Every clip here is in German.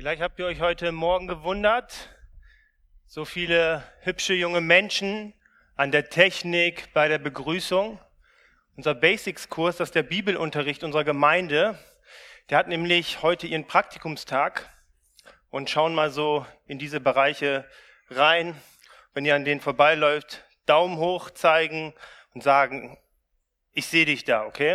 Vielleicht habt ihr euch heute Morgen gewundert, so viele hübsche junge Menschen an der Technik, bei der Begrüßung. Unser Basics-Kurs, das ist der Bibelunterricht unserer Gemeinde, der hat nämlich heute ihren Praktikumstag und schauen mal so in diese Bereiche rein. Wenn ihr an denen vorbeiläuft, Daumen hoch zeigen und sagen, ich sehe dich da, okay?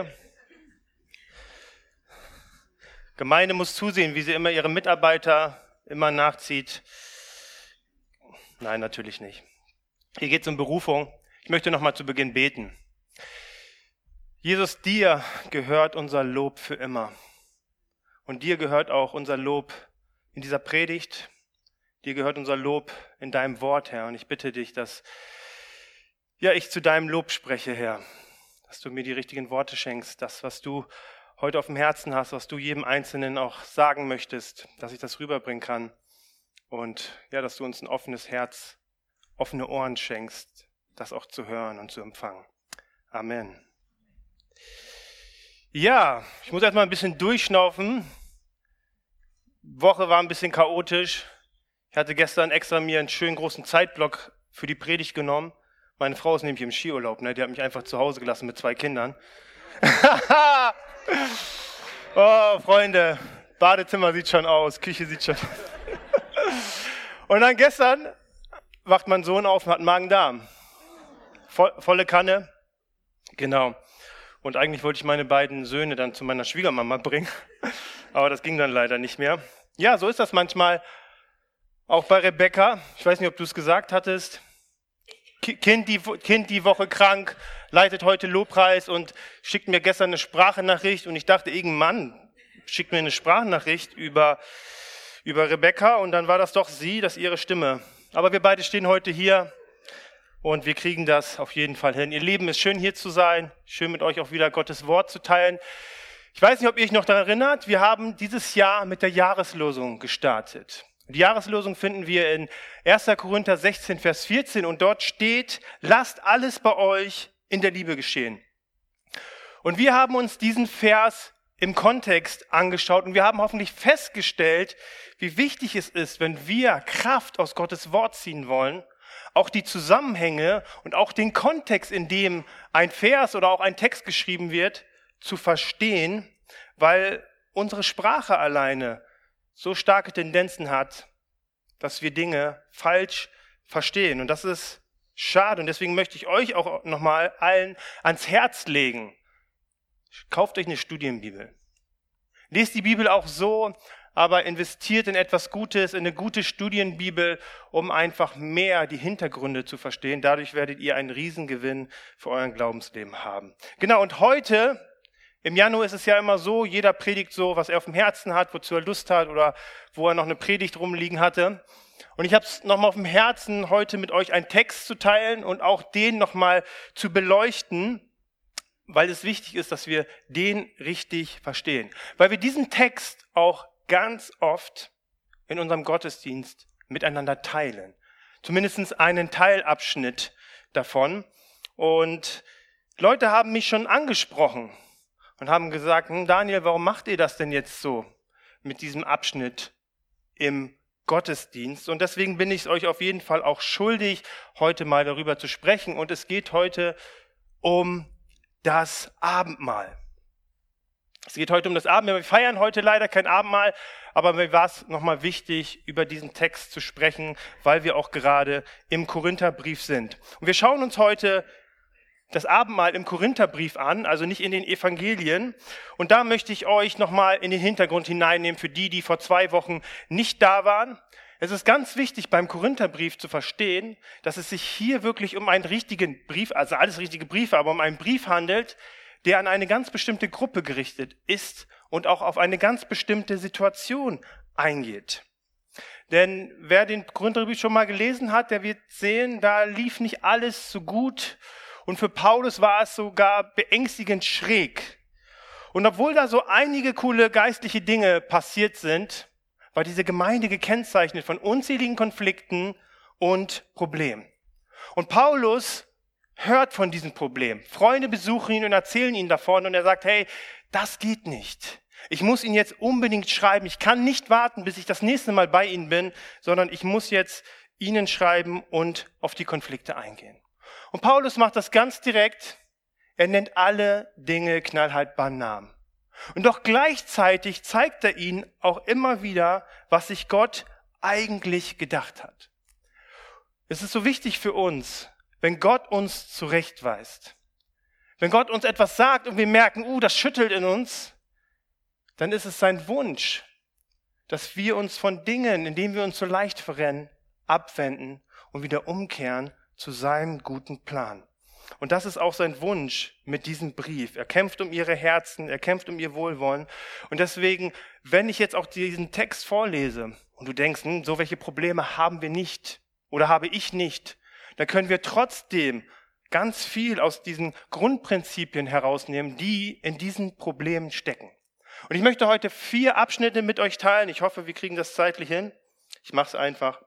Gemeinde muss zusehen, wie sie immer ihre Mitarbeiter immer nachzieht. Nein, natürlich nicht. Hier geht es um Berufung. Ich möchte noch mal zu Beginn beten. Jesus, dir gehört unser Lob für immer. Und dir gehört auch unser Lob in dieser Predigt. Dir gehört unser Lob in deinem Wort, Herr. Und ich bitte dich, dass ich zu deinem Lob spreche, Herr. Dass du mir die richtigen Worte schenkst, das, was du heute auf dem Herzen hast, was du jedem Einzelnen auch sagen möchtest, dass ich das rüberbringen kann. Und dass du uns ein offenes Herz, offene Ohren schenkst, das auch zu hören und zu empfangen. Amen. Ja, ich muss erstmal ein bisschen durchschnaufen. Woche war ein bisschen chaotisch. Ich hatte gestern extra mir einen schönen großen Zeitblock für die Predigt genommen. Meine Frau ist nämlich im Skiurlaub, die hat mich einfach zu Hause gelassen mit 2 Kindern. Oh, Freunde, Badezimmer sieht schon aus, Küche sieht schon aus. Und dann gestern wacht mein Sohn auf und hat Magen-Darm. Volle Kanne. Genau. Und eigentlich wollte ich meine beiden Söhne dann zu meiner Schwiegermama bringen. Aber das ging dann leider nicht mehr. Ja, so ist das manchmal. Auch bei Rebecca. Ich weiß nicht, ob du es gesagt hattest. Kind die Woche krank, leitet heute Lobpreis und schickt mir gestern eine Sprachnachricht. Und ich dachte, irgendein Mann schickt mir eine Sprachnachricht über Rebecca. Und dann war das doch sie, das ihre Stimme. Aber wir beide stehen heute hier und wir kriegen das auf jeden Fall hin. Ihr Lieben, es ist schön hier zu sein, schön mit euch auch wieder Gottes Wort zu teilen. Ich weiß nicht, ob ihr euch noch daran erinnert, wir haben dieses Jahr mit der Jahreslosung gestartet. Die Jahreslosung finden wir in 1. Korinther 16, Vers 14 und dort steht, lasst alles bei euch in der Liebe geschehen. Und wir haben uns diesen Vers im Kontext angeschaut und wir haben hoffentlich festgestellt, wie wichtig es ist, wenn wir Kraft aus Gottes Wort ziehen wollen, auch die Zusammenhänge und auch den Kontext, in dem ein Vers oder auch ein Text geschrieben wird, zu verstehen, weil unsere Sprache alleine so starke Tendenzen hat, dass wir Dinge falsch verstehen. Und das ist schade. Und deswegen möchte ich euch auch nochmal allen ans Herz legen. Kauft euch eine Studienbibel. Lest die Bibel auch so, aber investiert in etwas Gutes, in eine gute Studienbibel, um einfach mehr die Hintergründe zu verstehen. Dadurch werdet ihr einen Riesengewinn für euren Glaubensleben haben. Genau, und heute im Januar ist es ja immer so, jeder predigt so, was er auf dem Herzen hat, wozu er Lust hat oder wo er noch eine Predigt rumliegen hatte. Und ich habe es nochmal auf dem Herzen, heute mit euch einen Text zu teilen und auch den nochmal zu beleuchten, weil es wichtig ist, dass wir den richtig verstehen. Weil wir diesen Text auch ganz oft in unserem Gottesdienst miteinander teilen. Zumindest einen Teilabschnitt davon. Und Leute haben mich schon angesprochen und haben gesagt, Daniel, warum macht ihr das denn jetzt so mit diesem Abschnitt im Gottesdienst? Und deswegen bin ich es euch auf jeden Fall auch schuldig, heute mal darüber zu sprechen. Und es geht heute um das Abendmahl. Es geht heute um das Abendmahl. Wir feiern heute leider kein Abendmahl, aber mir war es nochmal wichtig, über diesen Text zu sprechen, weil wir auch gerade im Korintherbrief sind. Und wir schauen uns heute das Abendmahl im Korintherbrief an, also nicht in den Evangelien. Und da möchte ich euch nochmal in den Hintergrund hineinnehmen für die vor 2 Wochen nicht da waren. Es ist ganz wichtig beim Korintherbrief zu verstehen, dass es sich hier wirklich um einen richtigen Brief, also alles richtige Briefe, aber um einen Brief handelt, der an eine ganz bestimmte Gruppe gerichtet ist und auch auf eine ganz bestimmte Situation eingeht. Denn wer den Korintherbrief schon mal gelesen hat, der wird sehen, da lief nicht alles so gut. Und für Paulus war es sogar beängstigend schräg. Und obwohl da so einige coole geistliche Dinge passiert sind, war diese Gemeinde gekennzeichnet von unzähligen Konflikten und Problemen. Und Paulus hört von diesem Problem. Freunde besuchen ihn und erzählen ihn davon und er sagt, hey, das geht nicht. Ich muss Ihnen jetzt unbedingt schreiben. Ich kann nicht warten, bis ich das nächste Mal bei Ihnen bin, sondern ich muss jetzt Ihnen schreiben und auf die Konflikte eingehen. Und Paulus macht das ganz direkt. Er nennt alle Dinge knallhart beim Namen. Und doch gleichzeitig zeigt er ihnen auch immer wieder, was sich Gott eigentlich gedacht hat. Es ist so wichtig für uns, wenn Gott uns zurechtweist. Wenn Gott uns etwas sagt und wir merken, das schüttelt in uns, dann ist es sein Wunsch, dass wir uns von Dingen, in denen wir uns so leicht verrennen, abwenden und wieder umkehren zu seinem guten Plan. Und das ist auch sein Wunsch mit diesem Brief. Er kämpft um ihre Herzen, er kämpft um ihr Wohlwollen. Und deswegen, wenn ich jetzt auch diesen Text vorlese und du denkst, so welche Probleme haben wir nicht oder habe ich nicht, dann können wir trotzdem ganz viel aus diesen Grundprinzipien herausnehmen, die in diesen Problemen stecken. Und ich möchte heute 4 Abschnitte mit euch teilen. Ich hoffe, wir kriegen das zeitlich hin. Ich mache es einfach.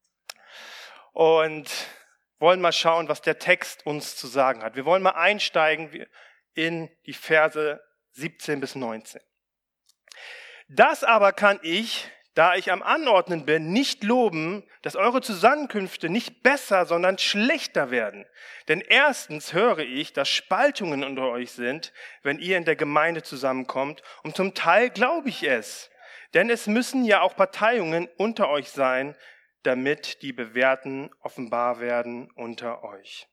Und wollen mal schauen, was der Text uns zu sagen hat. Wir wollen mal einsteigen in die Verse 17 bis 19. Das aber kann ich, da ich am Anordnen bin, nicht loben, dass eure Zusammenkünfte nicht besser, sondern schlechter werden. Denn erstens höre ich, dass Spaltungen unter euch sind, wenn ihr in der Gemeinde zusammenkommt, und zum Teil glaube ich es. Denn es müssen ja auch Parteiungen unter euch sein, damit die Bewährten offenbar werden unter euch.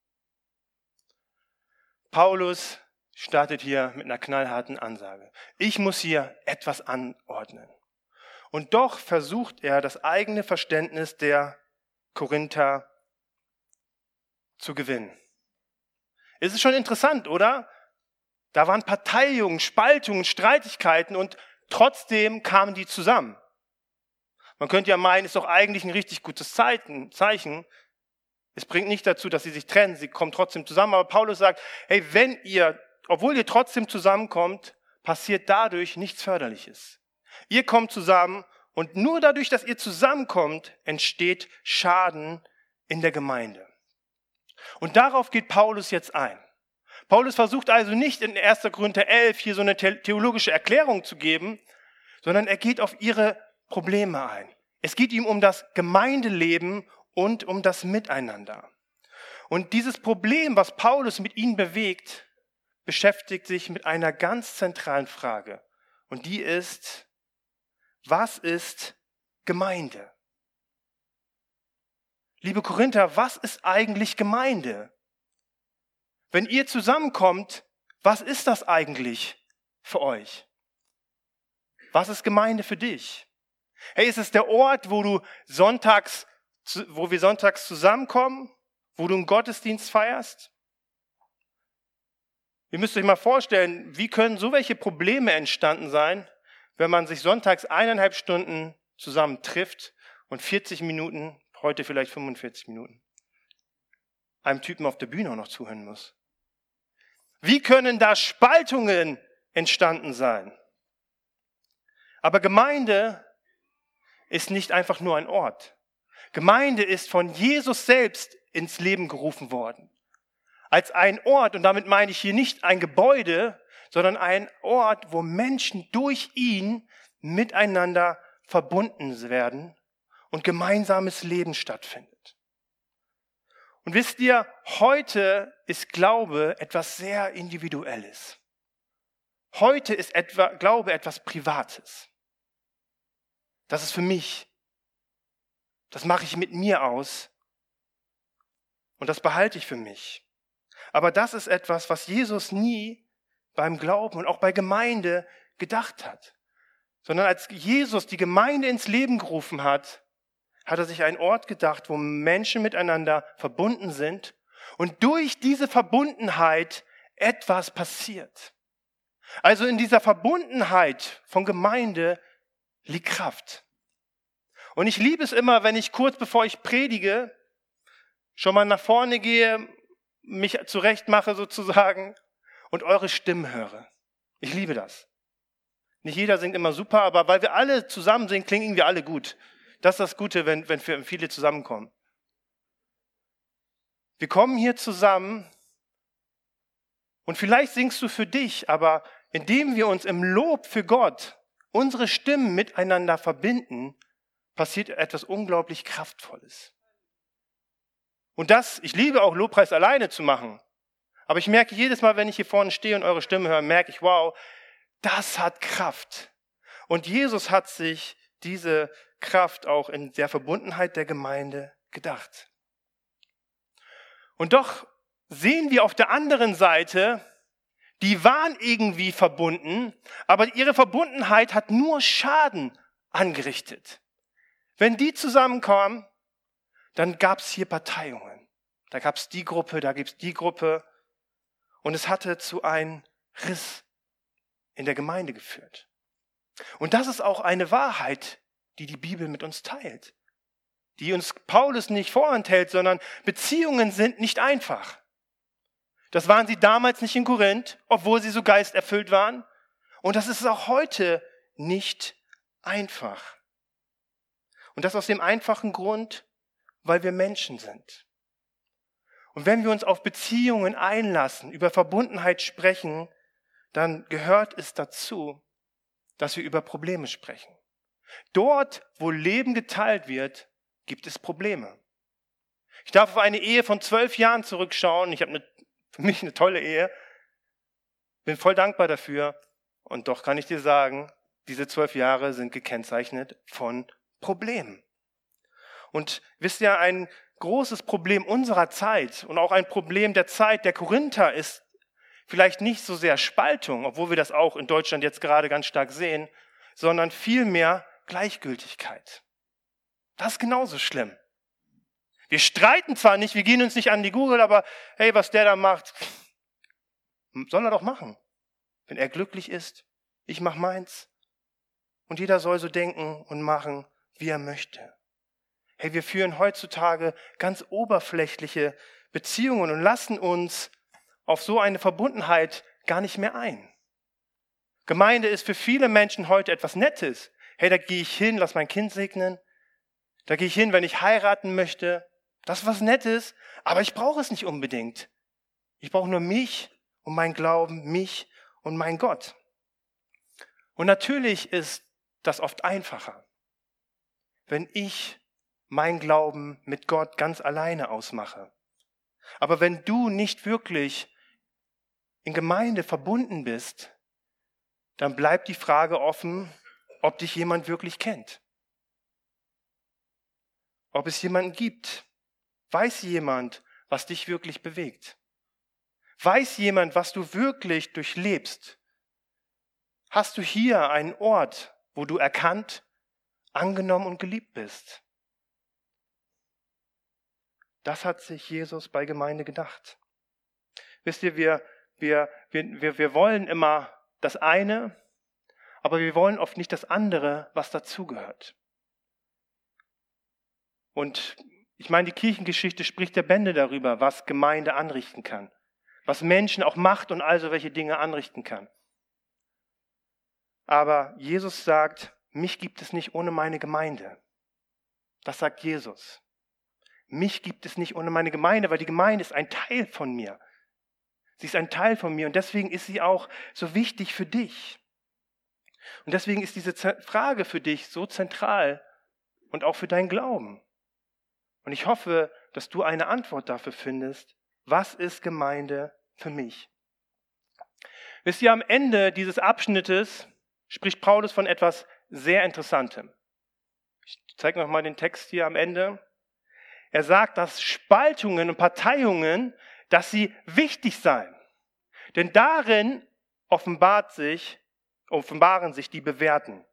Paulus startet hier mit einer knallharten Ansage. Ich muss hier etwas anordnen. Und doch versucht er, das eigene Verständnis der Korinther zu gewinnen. Es ist schon interessant, oder? Da waren Parteiungen, Spaltungen, Streitigkeiten und trotzdem kamen die zusammen. Man könnte ja meinen, ist doch eigentlich ein richtig gutes Zeichen. Es bringt nicht dazu, dass sie sich trennen, sie kommen trotzdem zusammen. Aber Paulus sagt, hey, obwohl ihr trotzdem zusammenkommt, passiert dadurch nichts Förderliches. Ihr kommt zusammen und nur dadurch, dass ihr zusammenkommt, entsteht Schaden in der Gemeinde. Und darauf geht Paulus jetzt ein. Paulus versucht also nicht in 1. Korinther 11 hier so eine theologische Erklärung zu geben, sondern er geht auf ihre Probleme ein. Es geht ihm um das Gemeindeleben und um das Miteinander. Und dieses Problem, was Paulus mit ihnen bewegt, beschäftigt sich mit einer ganz zentralen Frage. Und die ist, was ist Gemeinde? Liebe Korinther, was ist eigentlich Gemeinde? Wenn ihr zusammenkommt, was ist das eigentlich für euch? Was ist Gemeinde für dich? Hey, ist es der Ort, wo wir sonntags zusammenkommen, wo du einen Gottesdienst feierst? Ihr müsst euch mal vorstellen, wie können so welche Probleme entstanden sein, wenn man sich sonntags 1,5 Stunden zusammen trifft und 40 Minuten, heute vielleicht 45 Minuten, einem Typen auf der Bühne auch noch zuhören muss. Wie können da Spaltungen entstanden sein? Aber Gemeinde ist nicht einfach nur ein Ort. Gemeinde ist von Jesus selbst ins Leben gerufen worden. Als ein Ort, und damit meine ich hier nicht ein Gebäude, sondern ein Ort, wo Menschen durch ihn miteinander verbunden werden und gemeinsames Leben stattfindet. Und wisst ihr, heute ist Glaube etwas sehr Individuelles. Heute ist Glaube etwas Privates. Das ist für mich. Das mache ich mit mir aus. Und das behalte ich für mich. Aber das ist etwas, was Jesus nie beim Glauben und auch bei Gemeinde gedacht hat. Sondern als Jesus die Gemeinde ins Leben gerufen hat, hat er sich einen Ort gedacht, wo Menschen miteinander verbunden sind und durch diese Verbundenheit etwas passiert. Also in dieser Verbundenheit von Gemeinde liegt Kraft. Und ich liebe es immer, wenn ich kurz bevor ich predige, schon mal nach vorne gehe, mich zurechtmache sozusagen und eure Stimmen höre. Ich liebe das. Nicht jeder singt immer super, aber weil wir alle zusammen singen, klingen wir alle gut. Das ist das Gute, wenn viele zusammenkommen. Wir kommen hier zusammen Und vielleicht singst du für dich, aber indem wir uns im Lob für Gott unsere Stimmen miteinander verbinden, passiert etwas unglaublich Kraftvolles. Und ich liebe auch Lobpreis alleine zu machen. Aber ich merke jedes Mal, wenn ich hier vorne stehe und eure Stimme höre, merke ich, wow, das hat Kraft. Und Jesus hat sich diese Kraft auch in der Verbundenheit der Gemeinde gedacht. Und doch sehen wir auf der anderen Seite, die waren irgendwie verbunden, aber ihre Verbundenheit hat nur Schaden angerichtet. Wenn die zusammenkamen, dann gab es hier Parteiungen. Da gab es die Gruppe, da gibt es die Gruppe. Und es hatte zu einem Riss in der Gemeinde geführt. Und das ist auch eine Wahrheit, die die Bibel mit uns teilt. Die uns Paulus nicht vorenthält, sondern Beziehungen sind nicht einfach. Das waren sie damals nicht in Korinth, obwohl sie so geisterfüllt waren. Und das ist auch heute nicht einfach. Und das aus dem einfachen Grund, weil wir Menschen sind. Und wenn wir uns auf Beziehungen einlassen, über Verbundenheit sprechen, dann gehört es dazu, dass wir über Probleme sprechen. Dort, wo Leben geteilt wird, gibt es Probleme. Ich darf auf eine Ehe von 12 Jahren zurückschauen. Ich habe für mich eine tolle Ehe. Bin voll dankbar dafür. Und doch kann ich dir sagen, diese 12 Jahre sind gekennzeichnet von Problemen. Und wisst ihr, ein großes Problem unserer Zeit und auch ein Problem der Zeit der Korinther ist vielleicht nicht so sehr Spaltung, obwohl wir das auch in Deutschland jetzt gerade ganz stark sehen, sondern vielmehr Gleichgültigkeit. Das ist genauso schlimm. Wir streiten zwar nicht, wir gehen uns nicht an die Gurgel, aber hey, was der da macht, soll er doch machen. Wenn er glücklich ist, ich mach meins. Und jeder soll so denken und machen, wie er möchte. Hey, wir führen heutzutage ganz oberflächliche Beziehungen und lassen uns auf so eine Verbundenheit gar nicht mehr ein. Gemeinde ist für viele Menschen heute etwas Nettes. Hey, da gehe ich hin, lass mein Kind segnen. Da gehe ich hin, wenn ich heiraten möchte. Das ist was Nettes, aber ich brauche es nicht unbedingt. Ich brauche nur mich und mein Glauben, mich und mein Gott. Und natürlich ist das oft einfacher, wenn ich mein Glauben mit Gott ganz alleine ausmache. Aber wenn du nicht wirklich in Gemeinde verbunden bist, dann bleibt die Frage offen, ob dich jemand wirklich kennt. Ob es jemanden gibt. Weiß jemand, was dich wirklich bewegt? Weiß jemand, was du wirklich durchlebst? Hast du hier einen Ort, wo du erkannt, angenommen und geliebt bist? Das hat sich Jesus bei Gemeinde gedacht. Wisst ihr, wir wollen immer das eine, aber wir wollen oft nicht das andere, was dazugehört. Und ich meine, die Kirchengeschichte spricht der Bände darüber, was Gemeinde anrichten kann. Was Menschen auch Macht und also welche Dinge anrichten kann. Aber Jesus sagt, mich gibt es nicht ohne meine Gemeinde. Das sagt Jesus. Mich gibt es nicht ohne meine Gemeinde, weil die Gemeinde ist ein Teil von mir. Sie ist ein Teil von mir und deswegen ist sie auch so wichtig für dich. Und deswegen ist diese Frage für dich so zentral und auch für deinen Glauben. Und ich hoffe, dass du eine Antwort dafür findest, was ist Gemeinde für mich? Wisst ihr, am Ende dieses Abschnittes spricht Paulus von etwas sehr Interessantem. Ich zeige nochmal den Text hier am Ende. Er sagt, dass Spaltungen und Parteiungen, dass sie wichtig seien. Denn darin offenbaren sich die Bewährten.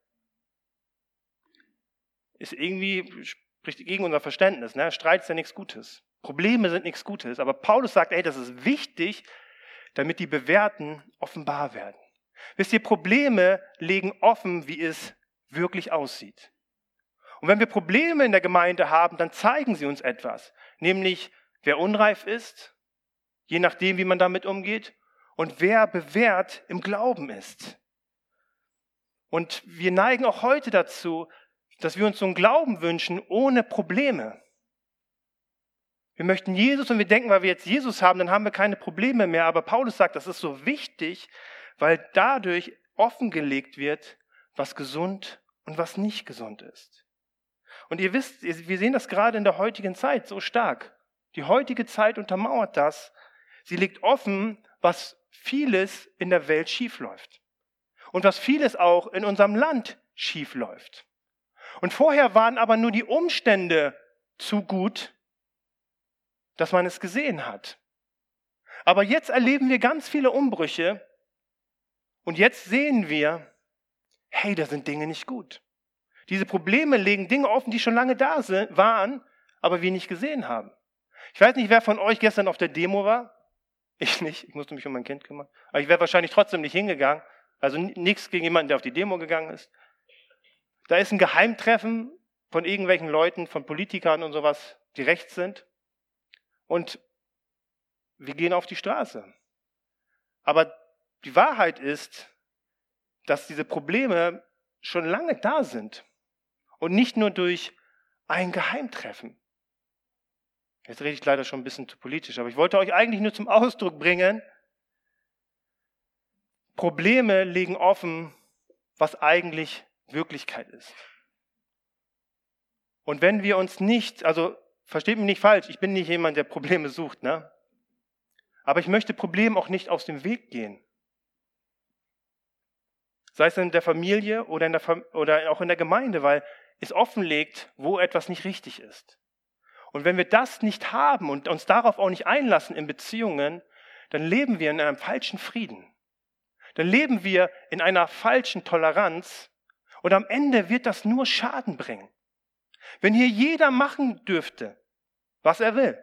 Ist irgendwie, spricht gegen unser Verständnis. Ne? Streit ist ja nichts Gutes. Probleme sind nichts Gutes. Aber Paulus sagt, das ist wichtig, damit die Bewährten offenbar werden. Wisst ihr, Probleme legen offen, wie es wirklich aussieht. Und wenn wir Probleme in der Gemeinde haben, dann zeigen sie uns etwas. Nämlich, wer unreif ist, je nachdem, wie man damit umgeht, und wer bewährt im Glauben ist. Und wir neigen auch heute dazu, dass wir uns so einen Glauben wünschen ohne Probleme. Wir möchten Jesus und wir denken, weil wir jetzt Jesus haben, dann haben wir keine Probleme mehr. Aber Paulus sagt, das ist so wichtig, weil dadurch offengelegt wird, was gesund und was nicht gesund ist. Und ihr wisst, wir sehen das gerade in der heutigen Zeit so stark. Die heutige Zeit untermauert das. Sie legt offen, was vieles in der Welt schiefläuft. Und was vieles auch in unserem Land schiefläuft. Und vorher waren aber nur die Umstände zu gut, dass man es gesehen hat. Aber jetzt erleben wir ganz viele Umbrüche und jetzt sehen wir, hey, da sind Dinge nicht gut. Diese Probleme legen Dinge offen, die schon lange da waren, aber wir nicht gesehen haben. Ich weiß nicht, wer von euch gestern auf der Demo war. Ich nicht, ich musste mich um mein Kind kümmern. Aber ich wäre wahrscheinlich trotzdem nicht hingegangen. Also nichts gegen jemanden, der auf die Demo gegangen ist. Da ist ein Geheimtreffen von irgendwelchen Leuten, von Politikern und sowas, die rechts sind. Und wir gehen auf die Straße. Aber die Wahrheit ist, dass diese Probleme schon lange da sind. Und nicht nur durch ein Geheimtreffen. Jetzt rede ich leider schon ein bisschen zu politisch, aber ich wollte euch eigentlich nur zum Ausdruck bringen, Probleme legen offen, was eigentlich Wirklichkeit ist. Und wenn wir uns nicht, also versteht mich nicht falsch, ich bin nicht jemand, der Probleme sucht, ne? Aber ich möchte Problemen auch nicht aus dem Weg gehen. Sei es in der Familie oder auch in der Gemeinde, weil es offenlegt, wo etwas nicht richtig ist. Und wenn wir das nicht haben und uns darauf auch nicht einlassen in Beziehungen, dann leben wir in einem falschen Frieden. Dann leben wir in einer falschen Toleranz und am Ende wird das nur Schaden bringen. Wenn hier jeder machen dürfte, was er will,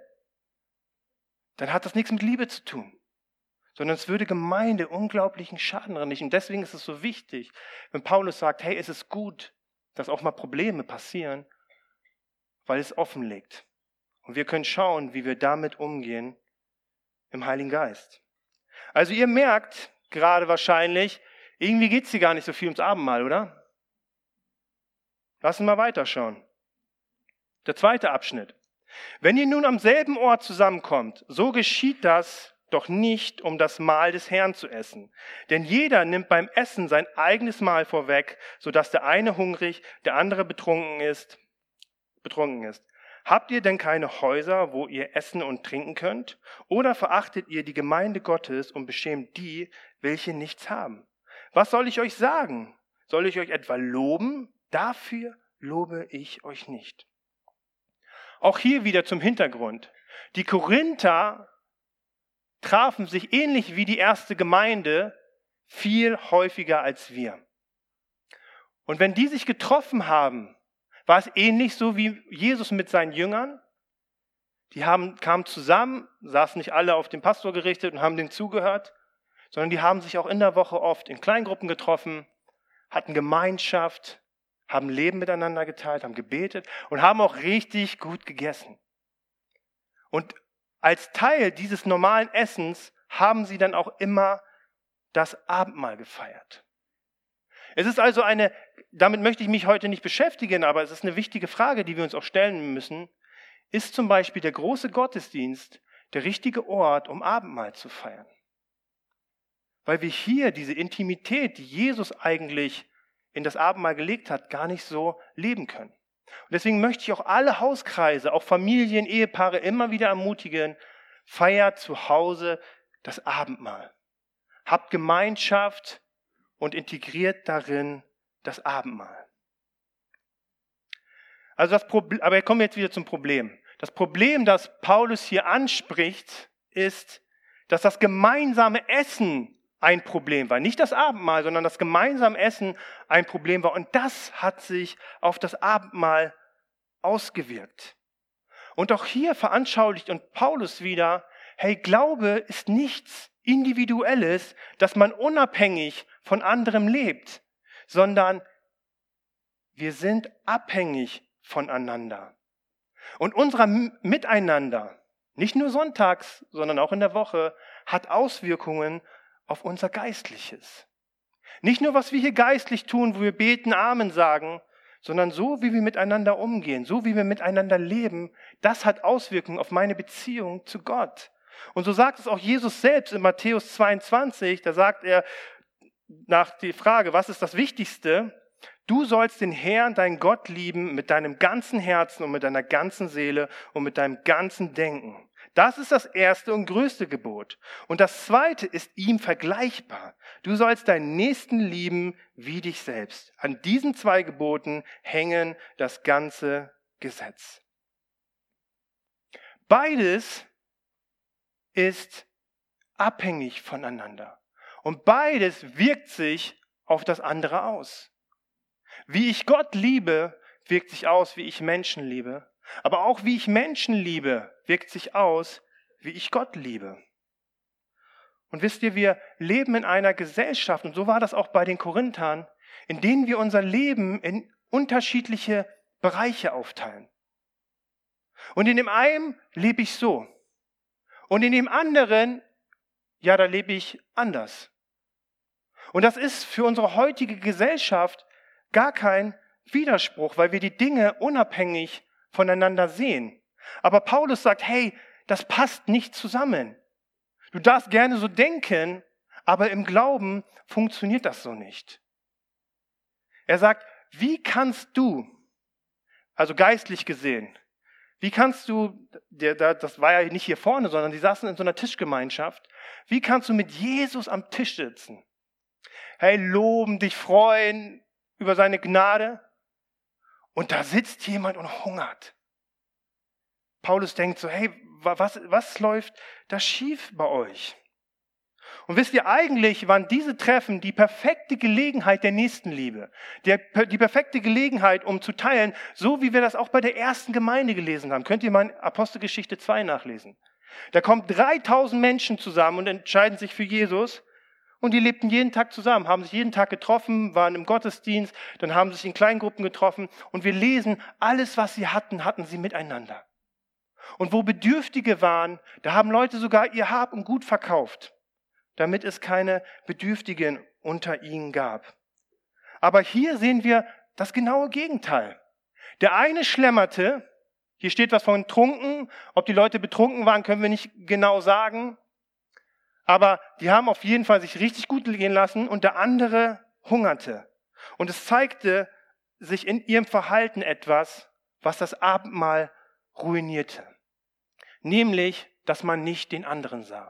dann hat das nichts mit Liebe zu tun, sondern es würde Gemeinde unglaublichen Schaden anrichten. Und deswegen ist es so wichtig, wenn Paulus sagt, hey, es ist gut, dass auch mal Probleme passieren, weil es offenlegt. Und wir können schauen, wie wir damit umgehen im Heiligen Geist. Also ihr merkt gerade wahrscheinlich, irgendwie geht es hier gar nicht so viel ums Abendmahl, oder? Lass uns mal weiterschauen. Der zweite Abschnitt. Wenn ihr nun am selben Ort zusammenkommt, so geschieht das doch nicht, um das Mahl des Herrn zu essen. Denn jeder nimmt beim Essen sein eigenes Mahl vorweg, sodass der eine hungrig, der andere betrunken ist. Habt ihr denn keine Häuser, wo ihr essen und trinken könnt? Oder verachtet ihr die Gemeinde Gottes und beschämt die, welche nichts haben? Was soll ich euch sagen? Soll ich euch etwa loben? Dafür lobe ich euch nicht. Auch hier wieder zum Hintergrund. Die Korinther trafen sich ähnlich wie die erste Gemeinde viel häufiger als wir. Und wenn die sich getroffen haben, war es ähnlich so wie Jesus mit seinen Jüngern. Die kamen zusammen, saßen nicht alle auf den Pastor gerichtet und haben dem zugehört, sondern die haben sich auch in der Woche oft in Kleingruppen getroffen, hatten Gemeinschaft, haben Leben miteinander geteilt, haben gebetet und haben auch richtig gut gegessen. Und als Teil dieses normalen Essens haben sie dann auch immer das Abendmahl gefeiert. Es ist also damit möchte ich mich heute nicht beschäftigen, aber es ist eine wichtige Frage, die wir uns auch stellen müssen. Ist zum Beispiel der große Gottesdienst der richtige Ort, um Abendmahl zu feiern? Weil wir hier diese Intimität, die Jesus eigentlich in das Abendmahl gelegt hat, gar nicht so leben können. Und deswegen möchte ich auch alle Hauskreise, auch Familien, Ehepaare immer wieder ermutigen, feiert zu Hause das Abendmahl. Habt Gemeinschaft und integriert darin das Abendmahl. Aber kommen wir jetzt wieder zum Problem. Das Problem, das Paulus hier anspricht, ist, dass das gemeinsame Essen ein Problem war. Nicht das Abendmahl, sondern das gemeinsame Essen ein Problem war. Und das hat sich auf das Abendmahl ausgewirkt. Und auch hier veranschaulicht und Paulus wieder, hey, Glaube ist nichts Individuelles, dass man unabhängig von anderem lebt, sondern wir sind abhängig voneinander. Und unser Miteinander, nicht nur sonntags, sondern auch in der Woche, hat Auswirkungen auf unser Geistliches. Nicht nur, was wir hier geistlich tun, wo wir beten, Amen sagen, sondern so, wie wir miteinander umgehen, so wie wir miteinander leben, das hat Auswirkungen auf meine Beziehung zu Gott. Und so sagt es auch Jesus selbst in Matthäus 22, da sagt er nach die Frage, was ist das Wichtigste? Du sollst den Herrn, deinen Gott lieben mit deinem ganzen Herzen und mit deiner ganzen Seele und mit deinem ganzen Denken. Das ist das erste und größte Gebot. Und das zweite ist ihm vergleichbar. Du sollst deinen Nächsten lieben wie dich selbst. An diesen 2 Geboten hängen das ganze Gesetz. Beides ist abhängig voneinander. Und beides wirkt sich auf das andere aus. Wie ich Gott liebe, wirkt sich aus, wie ich Menschen liebe. Aber auch wie ich Menschen liebe, wirkt sich aus, wie ich Gott liebe. Und wisst ihr, wir leben in einer Gesellschaft, und so war das auch bei den Korinthern, in denen wir unser Leben in unterschiedliche Bereiche aufteilen. Und in dem einen lebe ich so. Und in dem anderen, ja, da lebe ich anders. Und das ist für unsere heutige Gesellschaft gar kein Widerspruch, weil wir die Dinge unabhängig voneinander sehen. Aber Paulus sagt, hey, das passt nicht zusammen. Du darfst gerne so denken, aber im Glauben funktioniert das so nicht. Er sagt, wie kannst du, also geistlich gesehen, wie kannst du, das war ja nicht hier vorne, sondern die saßen in so einer Tischgemeinschaft, wie kannst du mit Jesus am Tisch sitzen? Hey, loben, dich freuen über seine Gnade. Und da sitzt jemand und hungert. Paulus denkt so, hey, was läuft da schief bei euch? Und wisst ihr, eigentlich waren diese Treffen die perfekte Gelegenheit der Nächstenliebe. Die perfekte Gelegenheit, um zu teilen, so wie wir das auch bei der ersten Gemeinde gelesen haben. Könnt ihr mal in Apostelgeschichte 2 nachlesen. Da kommen 3000 Menschen zusammen und entscheiden sich für Jesus. Und die lebten jeden Tag zusammen, haben sich jeden Tag getroffen, waren im Gottesdienst, dann haben sie sich in Kleingruppen getroffen. Und wir lesen, alles, was sie hatten, hatten sie miteinander. Und wo Bedürftige waren, da haben Leute sogar ihr Hab und Gut verkauft, damit es keine Bedürftigen unter ihnen gab. Aber hier sehen wir das genaue Gegenteil. Der eine schlemmerte, hier steht was von trunken, ob die Leute betrunken waren, können wir nicht genau sagen. Aber die haben auf jeden Fall sich richtig gut gehen lassen und der andere hungerte. Und es zeigte sich in ihrem Verhalten etwas, was das Abendmahl ruinierte. Nämlich, dass man nicht den anderen sah.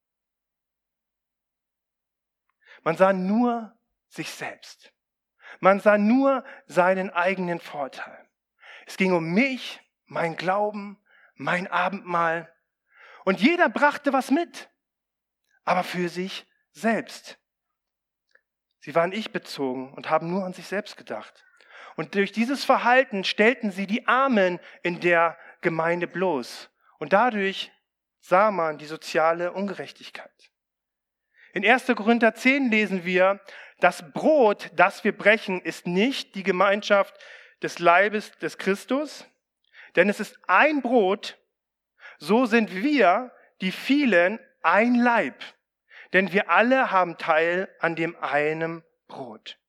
Man sah nur sich selbst. Man sah nur seinen eigenen Vorteil. Es ging um mich, mein Glauben, mein Abendmahl. Und jeder brachte was mit, aber für sich selbst. Sie waren ich-bezogen und haben nur an sich selbst gedacht. Und durch dieses Verhalten stellten sie die Armen in der Gemeinde bloß. Und dadurch sah man die soziale Ungerechtigkeit. In 1. Korinther 10 lesen wir, das Brot, das wir brechen, ist nicht die Gemeinschaft des Leibes des Christus, denn es ist ein Brot, so sind wir, die vielen, ein Leib, denn wir alle haben Teil an dem einen Brot.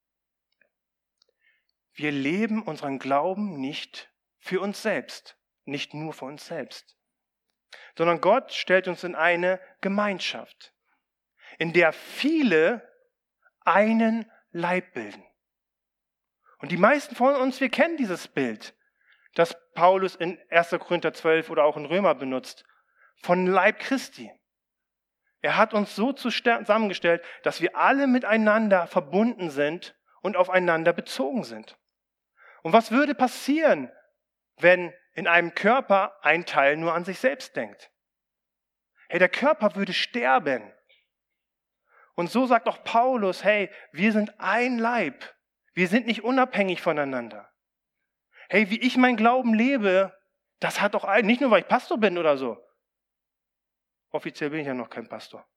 Wir leben unseren Glauben nicht für uns selbst, nicht nur für uns selbst, sondern Gott stellt uns in eine Gemeinschaft, in der viele einen Leib bilden. Und die meisten von uns, wir kennen dieses Bild, das Paulus in 1. Korinther 12 oder auch in Römer benutzt, von Leib Christi. Er hat uns so zusammengestellt, dass wir alle miteinander verbunden sind und aufeinander bezogen sind. Und was würde passieren, wenn in einem Körper ein Teil nur an sich selbst denkt? Hey, der Körper würde sterben. Und so sagt auch Paulus, hey, wir sind ein Leib. Wir sind nicht unabhängig voneinander. Hey, wie ich mein Glauben lebe, das hat doch nicht nur, weil ich Pastor bin oder so. Offiziell bin ich ja noch kein Pastor.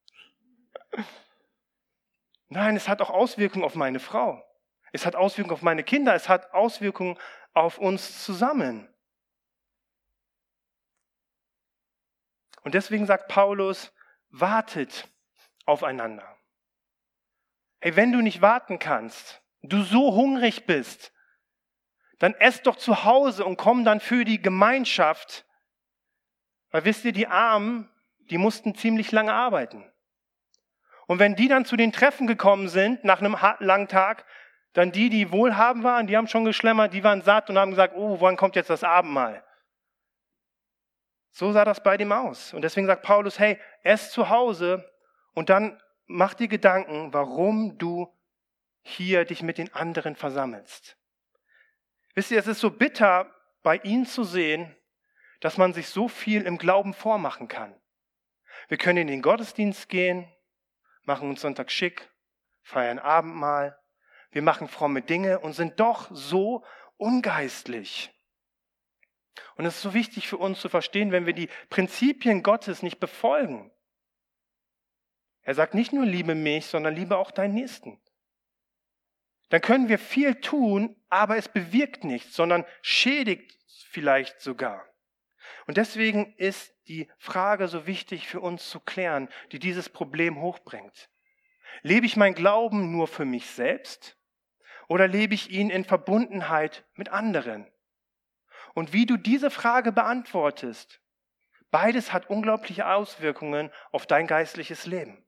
Nein, es hat auch Auswirkungen auf meine Frau. Es hat Auswirkungen auf meine Kinder. Es hat Auswirkungen auf uns zusammen. Und deswegen sagt Paulus, wartet aufeinander. Hey, wenn du nicht warten kannst, du so hungrig bist, dann esst doch zu Hause und komm dann für die Gemeinschaft. Weil wisst ihr, die Armen, die mussten ziemlich lange arbeiten. Und wenn die dann zu den Treffen gekommen sind, nach einem langen Tag, dann die wohlhabend waren, die haben schon geschlemmert, die waren satt und haben gesagt, oh, wann kommt jetzt das Abendmahl? So sah das bei dem aus. Und deswegen sagt Paulus, hey, ess zu Hause und dann mach dir Gedanken, warum du hier dich mit den anderen versammelst. Wisst ihr, es ist so bitter, bei ihnen zu sehen, dass man sich so viel im Glauben vormachen kann. Wir können in den Gottesdienst gehen, machen uns Sonntag schick, feiern Abendmahl, wir machen fromme Dinge und sind doch so ungeistlich. Und es ist so wichtig für uns zu verstehen, wenn wir die Prinzipien Gottes nicht befolgen. Er sagt nicht nur, liebe mich, sondern liebe auch deinen Nächsten. Dann können wir viel tun, aber es bewirkt nichts, sondern schädigt vielleicht sogar. Und deswegen ist die Frage so wichtig für uns zu klären, die dieses Problem hochbringt. Lebe ich meinen Glauben nur für mich selbst oder lebe ich ihn in Verbundenheit mit anderen? Und wie du diese Frage beantwortest, beides hat unglaubliche Auswirkungen auf dein geistliches Leben.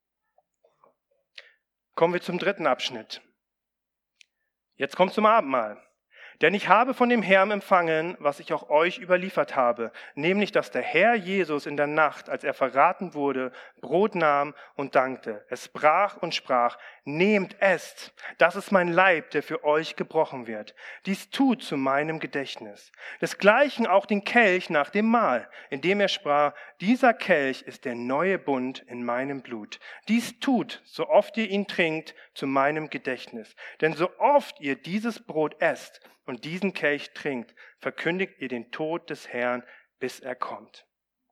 Kommen wir zum dritten Abschnitt. Jetzt kommt zum Abendmahl. Denn ich habe von dem Herrn empfangen, was ich auch euch überliefert habe, nämlich, dass der Herr Jesus in der Nacht, als er verraten wurde, Brot nahm und dankte. Es brach und sprach, nehmt, esst, das ist mein Leib, der für euch gebrochen wird. Dies tut zu meinem Gedächtnis. Desgleichen auch den Kelch nach dem Mahl, indem er sprach, dieser Kelch ist der neue Bund in meinem Blut. Dies tut, so oft ihr ihn trinkt, zu meinem Gedächtnis. Denn so oft ihr dieses Brot esst und diesen Kelch trinkt, verkündigt ihr den Tod des Herrn, bis er kommt.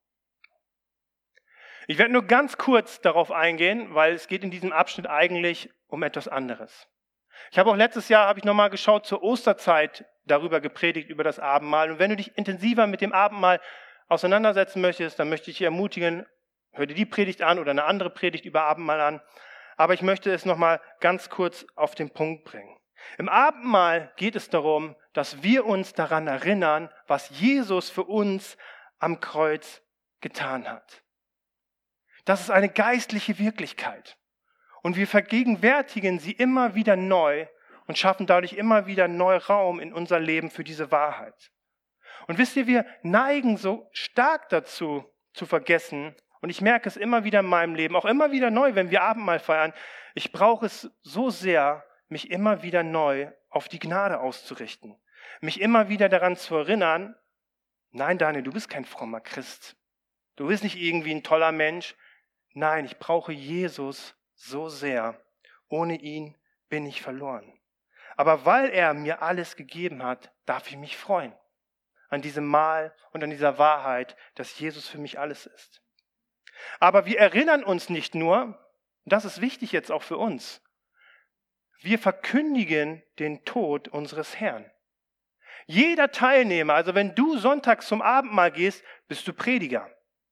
Ich werde nur ganz kurz darauf eingehen, weil es geht in diesem Abschnitt eigentlich um etwas anderes. Ich habe auch letztes Jahr, nochmal geschaut, zur Osterzeit darüber gepredigt, über das Abendmahl. Und wenn du dich intensiver mit dem Abendmahl auseinandersetzen möchtest, dann möchte ich dich ermutigen, hör dir die Predigt an oder eine andere Predigt über Abendmahl an. Aber ich möchte es nochmal ganz kurz auf den Punkt bringen. Im Abendmahl geht es darum, dass wir uns daran erinnern, was Jesus für uns am Kreuz getan hat. Das ist eine geistliche Wirklichkeit. Und wir vergegenwärtigen sie immer wieder neu und schaffen dadurch immer wieder neu Raum in unser Leben für diese Wahrheit. Und wisst ihr, wir neigen so stark dazu, zu vergessen, und ich merke es immer wieder in meinem Leben, auch immer wieder neu, wenn wir Abendmahl feiern, ich brauche es so sehr, mich immer wieder neu auf die Gnade auszurichten. Mich immer wieder daran zu erinnern, nein, Daniel, du bist kein frommer Christ. Du bist nicht irgendwie ein toller Mensch. Nein, ich brauche Jesus so sehr. Ohne ihn bin ich verloren. Aber weil er mir alles gegeben hat, darf ich mich freuen. An diesem Mahl und an dieser Wahrheit, dass Jesus für mich alles ist. Aber wir erinnern uns nicht nur, und das ist wichtig jetzt auch für uns, wir verkündigen den Tod unseres Herrn. Jeder Teilnehmer, also wenn du sonntags zum Abendmahl gehst, bist du Prediger.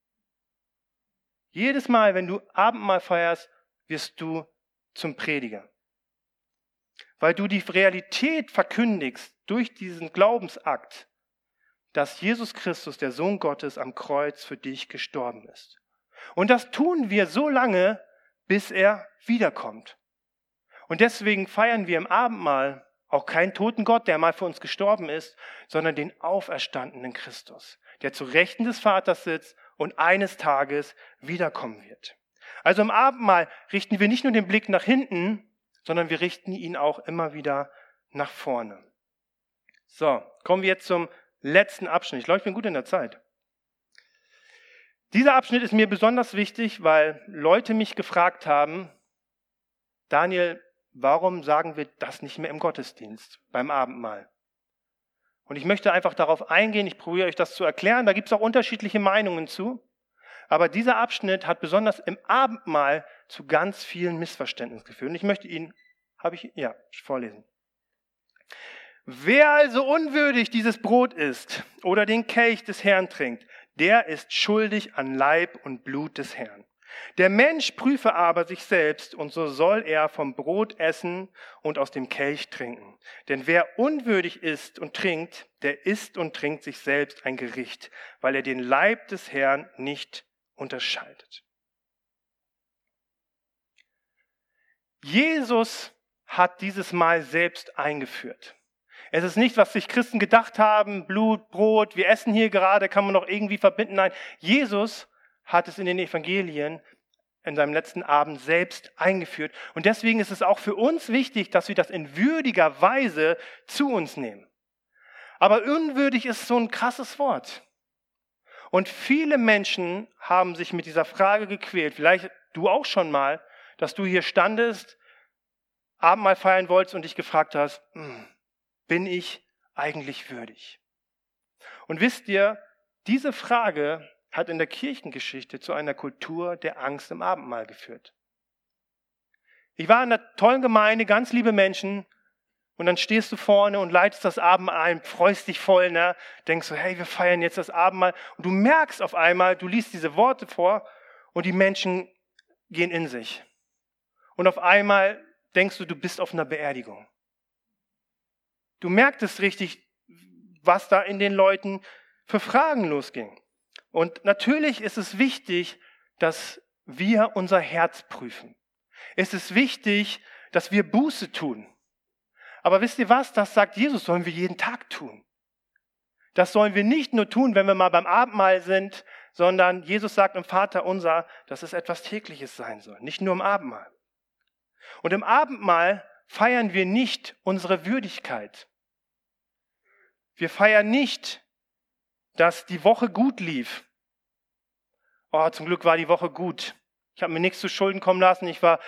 Jedes Mal, wenn du Abendmahl feierst, wirst du zum Prediger. Weil du die Realität verkündigst durch diesen Glaubensakt, dass Jesus Christus, der Sohn Gottes, am Kreuz für dich gestorben ist. Und das tun wir so lange, bis er wiederkommt. Und deswegen feiern wir im Abendmahl auch keinen toten Gott, der mal für uns gestorben ist, sondern den auferstandenen Christus, der zu Rechten des Vaters sitzt und eines Tages wiederkommen wird. Also im Abendmahl richten wir nicht nur den Blick nach hinten, sondern wir richten ihn auch immer wieder nach vorne. So, kommen wir jetzt zum letzten Abschnitt. Ich glaube, ich bin gut in der Zeit. Dieser Abschnitt ist mir besonders wichtig, weil Leute mich gefragt haben, Daniel, warum sagen wir das nicht mehr im Gottesdienst, beim Abendmahl? Und ich möchte einfach darauf eingehen, ich probiere euch das zu erklären, da gibt es auch unterschiedliche Meinungen zu, aber dieser Abschnitt hat besonders im Abendmahl zu ganz vielen Missverständnissen geführt. Und ich möchte ihn, vorlesen. Wer also unwürdig dieses Brot isst oder den Kelch des Herrn trinkt, der ist schuldig an Leib und Blut des Herrn. Der Mensch prüfe aber sich selbst, und so soll er vom Brot essen und aus dem Kelch trinken. Denn wer unwürdig isst und trinkt, der isst und trinkt sich selbst ein Gericht, weil er den Leib des Herrn nicht unterscheidet. Jesus hat dieses Mahl selbst eingeführt. Es ist nicht, was sich Christen gedacht haben, Blut, Brot, wir essen hier gerade, kann man noch irgendwie verbinden. Nein, Jesus hat es in den Evangelien in seinem letzten Abend selbst eingeführt. Und deswegen ist es auch für uns wichtig, dass wir das in würdiger Weise zu uns nehmen. Aber unwürdig ist so ein krasses Wort. Und viele Menschen haben sich mit dieser Frage gequält, vielleicht du auch schon mal, dass du hier standest, Abendmahl feiern wolltest und dich gefragt hast, bin ich eigentlich würdig? Und wisst ihr, diese Frage hat in der Kirchengeschichte zu einer Kultur der Angst im Abendmahl geführt. Ich war in einer tollen Gemeinde, ganz liebe Menschen, und dann stehst du vorne und leitest das Abendmahl ein, freust dich voll, ne? Denkst so, hey, wir feiern jetzt das Abendmahl. Und du merkst auf einmal, du liest diese Worte vor und die Menschen gehen in sich. Und auf einmal denkst du, du bist auf einer Beerdigung. Du merktest richtig, was da in den Leuten für Fragen losging. Und natürlich ist es wichtig, dass wir unser Herz prüfen. Es ist wichtig, dass wir Buße tun. Aber wisst ihr was? Das sagt Jesus, sollen wir jeden Tag tun. Das sollen wir nicht nur tun, wenn wir mal beim Abendmahl sind, sondern Jesus sagt im Vater unser, dass es etwas Tägliches sein soll, nicht nur im Abendmahl. Und im Abendmahl feiern wir nicht unsere Würdigkeit. Wir feiern nicht, dass die Woche gut lief. Oh, zum Glück war die Woche gut. Ich habe mir nichts zu Schulden kommen lassen. Ich habe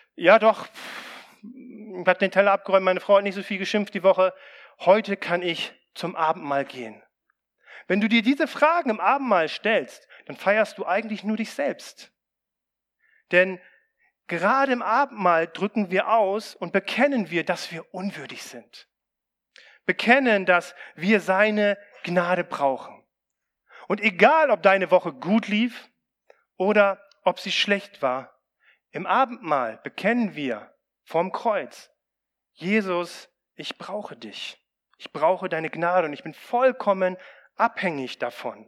den Teller abgeräumt, meine Frau hat nicht so viel geschimpft die Woche. Heute kann ich zum Abendmahl gehen. Wenn du dir diese Fragen im Abendmahl stellst, dann feierst du eigentlich nur dich selbst. Denn gerade im Abendmahl drücken wir aus und bekennen wir, dass wir unwürdig sind. Bekennen, dass wir seine Gnade brauchen. Und egal, ob deine Woche gut lief oder ob sie schlecht war, im Abendmahl bekennen wir vorm Kreuz, Jesus, ich brauche dich. Ich brauche deine Gnade und ich bin vollkommen abhängig davon.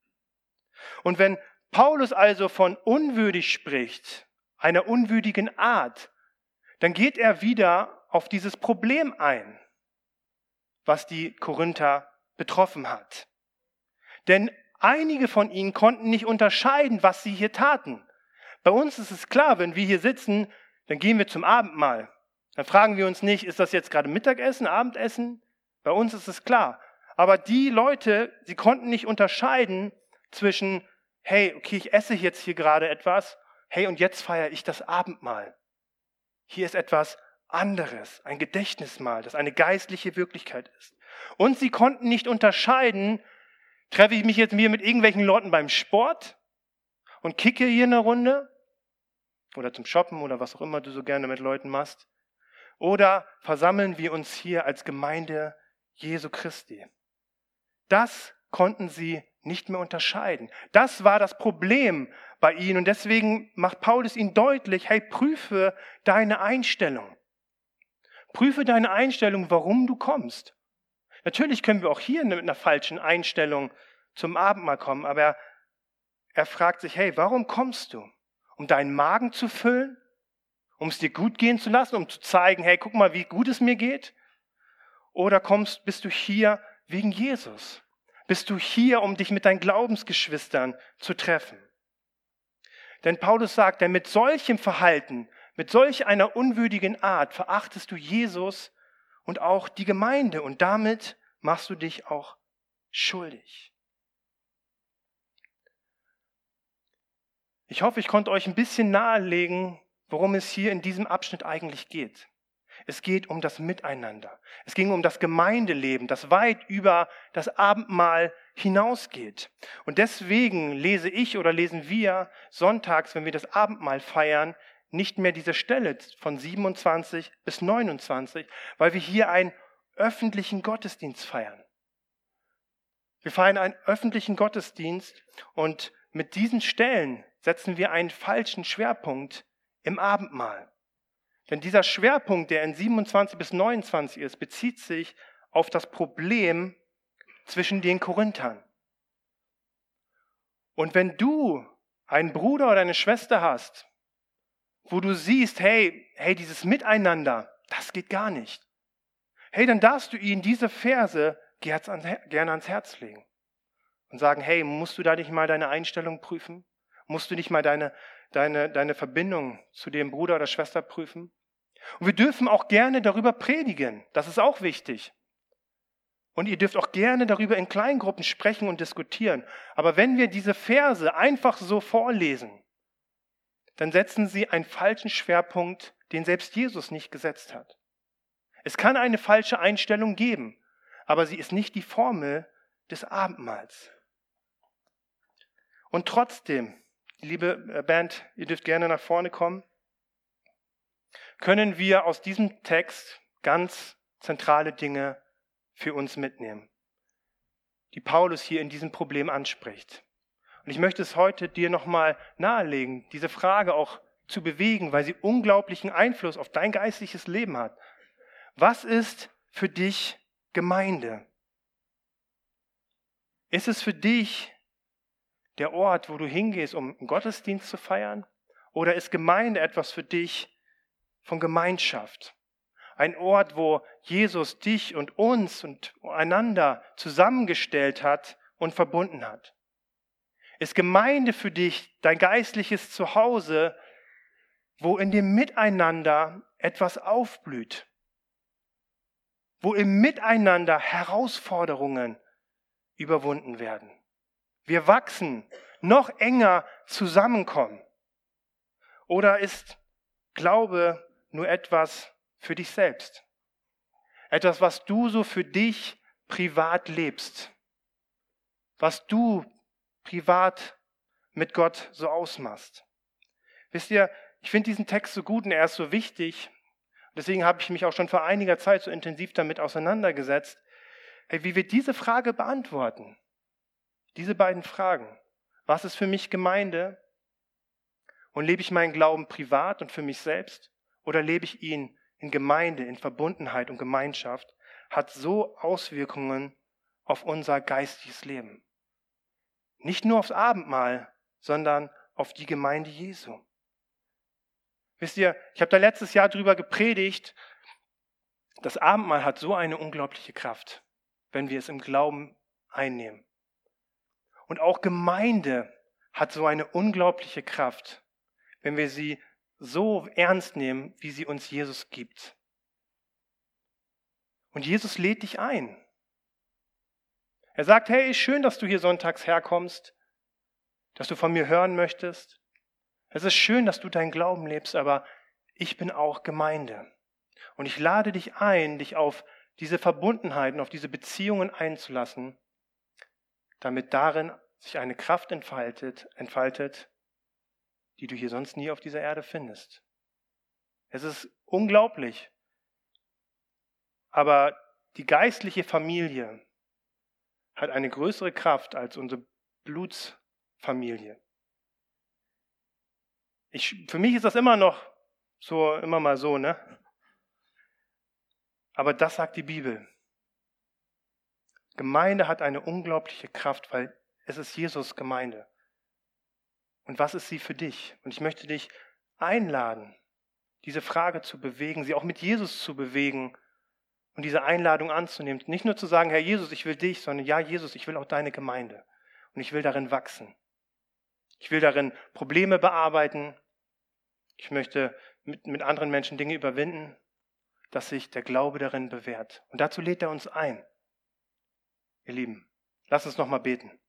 Und wenn Paulus also von unwürdig spricht, einer unwürdigen Art, dann geht er wieder auf dieses Problem ein, was die Korinther betroffen hat. Denn einige von ihnen konnten nicht unterscheiden, was sie hier taten. Bei uns ist es klar, wenn wir hier sitzen, dann gehen wir zum Abendmahl. Dann fragen wir uns nicht, ist das jetzt gerade Mittagessen, Abendessen? Bei uns ist es klar. Aber die Leute, sie konnten nicht unterscheiden zwischen, hey, okay, ich esse jetzt hier gerade etwas, hey, und jetzt feiere ich das Abendmahl. Hier ist etwas anderes, ein Gedächtnismahl, das eine geistliche Wirklichkeit ist. Und sie konnten nicht unterscheiden, treffe ich mich jetzt mit irgendwelchen Leuten beim Sport und kicke hier eine Runde oder zum Shoppen oder was auch immer du so gerne mit Leuten machst, oder versammeln wir uns hier als Gemeinde Jesu Christi. Das konnten sie nicht mehr unterscheiden. Das war das Problem bei ihnen und deswegen macht Paulus ihnen deutlich, hey, prüfe deine Einstellung. Prüfe deine Einstellung, warum du kommst. Natürlich können wir auch hier mit einer falschen Einstellung zum Abendmahl kommen, aber er fragt sich, hey, warum kommst du? Um deinen Magen zu füllen? Um es dir gut gehen zu lassen? Um zu zeigen, hey, guck mal, wie gut es mir geht? Oder bist du hier wegen Jesus? Bist du hier, um dich mit deinen Glaubensgeschwistern zu treffen? Denn Paulus sagt, denn mit solchem Verhalten, mit solch einer unwürdigen Art verachtest du Jesus und auch die Gemeinde und damit machst du dich auch schuldig. Ich hoffe, ich konnte euch ein bisschen nahelegen, worum es hier in diesem Abschnitt eigentlich geht. Es geht um das Miteinander. Es ging um das Gemeindeleben, das weit über das Abendmahl hinausgeht. Und deswegen lese ich oder lesen wir sonntags, wenn wir das Abendmahl feiern, nicht mehr diese Stelle von 27 bis 29, weil wir hier einen öffentlichen Gottesdienst feiern. Wir feiern einen öffentlichen Gottesdienst und mit diesen Stellen setzen wir einen falschen Schwerpunkt im Abendmahl. Denn dieser Schwerpunkt, der in 27 bis 29 ist, bezieht sich auf das Problem zwischen den Korinthern. Und wenn du einen Bruder oder eine Schwester hast, wo du siehst, hey, dieses Miteinander, das geht gar nicht. Hey, dann darfst du ihnen diese Verse gerne ans Herz legen und sagen, hey, musst du da nicht mal deine Einstellung prüfen? Musst du nicht mal deine Verbindung zu dem Bruder oder Schwester prüfen? Und wir dürfen auch gerne darüber predigen. Das ist auch wichtig. Und ihr dürft auch gerne darüber in Kleingruppen sprechen und diskutieren. Aber wenn wir diese Verse einfach so vorlesen, dann setzen sie einen falschen Schwerpunkt, den selbst Jesus nicht gesetzt hat. Es kann eine falsche Einstellung geben, aber sie ist nicht die Formel des Abendmahls. Und trotzdem, liebe Band, ihr dürft gerne nach vorne kommen, können wir aus diesem Text ganz zentrale Dinge für uns mitnehmen, die Paulus hier in diesem Problem anspricht. Und ich möchte es heute dir nochmal nahelegen, diese Frage auch zu bewegen, weil sie unglaublichen Einfluss auf dein geistliches Leben hat. Was ist für dich Gemeinde? Ist es für dich der Ort, wo du hingehst, um einen Gottesdienst zu feiern? Oder ist Gemeinde etwas für dich von Gemeinschaft? Ein Ort, wo Jesus dich und uns und einander zusammengestellt hat und verbunden hat. Ist Gemeinde für dich dein geistliches Zuhause, wo in dem Miteinander etwas aufblüht? Wo im Miteinander Herausforderungen überwunden werden? Wir wachsen, noch enger zusammenkommen. Oder ist Glaube nur etwas für dich selbst? Etwas, was du so für dich privat lebst. Was du privat mit Gott so ausmachst. Wisst ihr, ich finde diesen Text so gut und er ist so wichtig. Deswegen habe ich mich auch schon vor einiger Zeit so intensiv damit auseinandergesetzt, wie wir diese Frage beantworten. Diese beiden Fragen. Was ist für mich Gemeinde? Und lebe ich meinen Glauben privat und für mich selbst? Oder lebe ich ihn in Gemeinde, in Verbundenheit und Gemeinschaft? Hat so Auswirkungen auf unser geistiges Leben. Nicht nur aufs Abendmahl, sondern auf die Gemeinde Jesu. Wisst ihr, ich habe da letztes Jahr drüber gepredigt, das Abendmahl hat so eine unglaubliche Kraft, wenn wir es im Glauben einnehmen. Und auch Gemeinde hat so eine unglaubliche Kraft, wenn wir sie so ernst nehmen, wie sie uns Jesus gibt. Und Jesus lädt dich ein. Er sagt, hey, schön, dass du hier sonntags herkommst, dass du von mir hören möchtest. Es ist schön, dass du deinen Glauben lebst, aber ich bin auch Gemeinde. Und ich lade dich ein, dich auf diese Verbundenheiten, auf diese Beziehungen einzulassen, damit darin sich eine Kraft entfaltet, die du hier sonst nie auf dieser Erde findest. Es ist unglaublich. Aber die geistliche Familie hat eine größere Kraft als unsere Blutsfamilie. Für mich ist das immer mal so, ne? Aber das sagt die Bibel. Gemeinde hat eine unglaubliche Kraft, weil es ist Jesus Gemeinde. Und was ist sie für dich? Und ich möchte dich einladen, diese Frage zu bewegen, sie auch mit Jesus zu bewegen und diese Einladung anzunehmen. Nicht nur zu sagen, Herr Jesus, ich will dich, sondern ja, Jesus, ich will auch deine Gemeinde. Und ich will darin wachsen. Ich will darin Probleme bearbeiten. Ich möchte mit anderen Menschen Dinge überwinden, dass sich der Glaube darin bewährt. Und dazu lädt er uns ein. Ihr Lieben, lasst uns noch mal beten.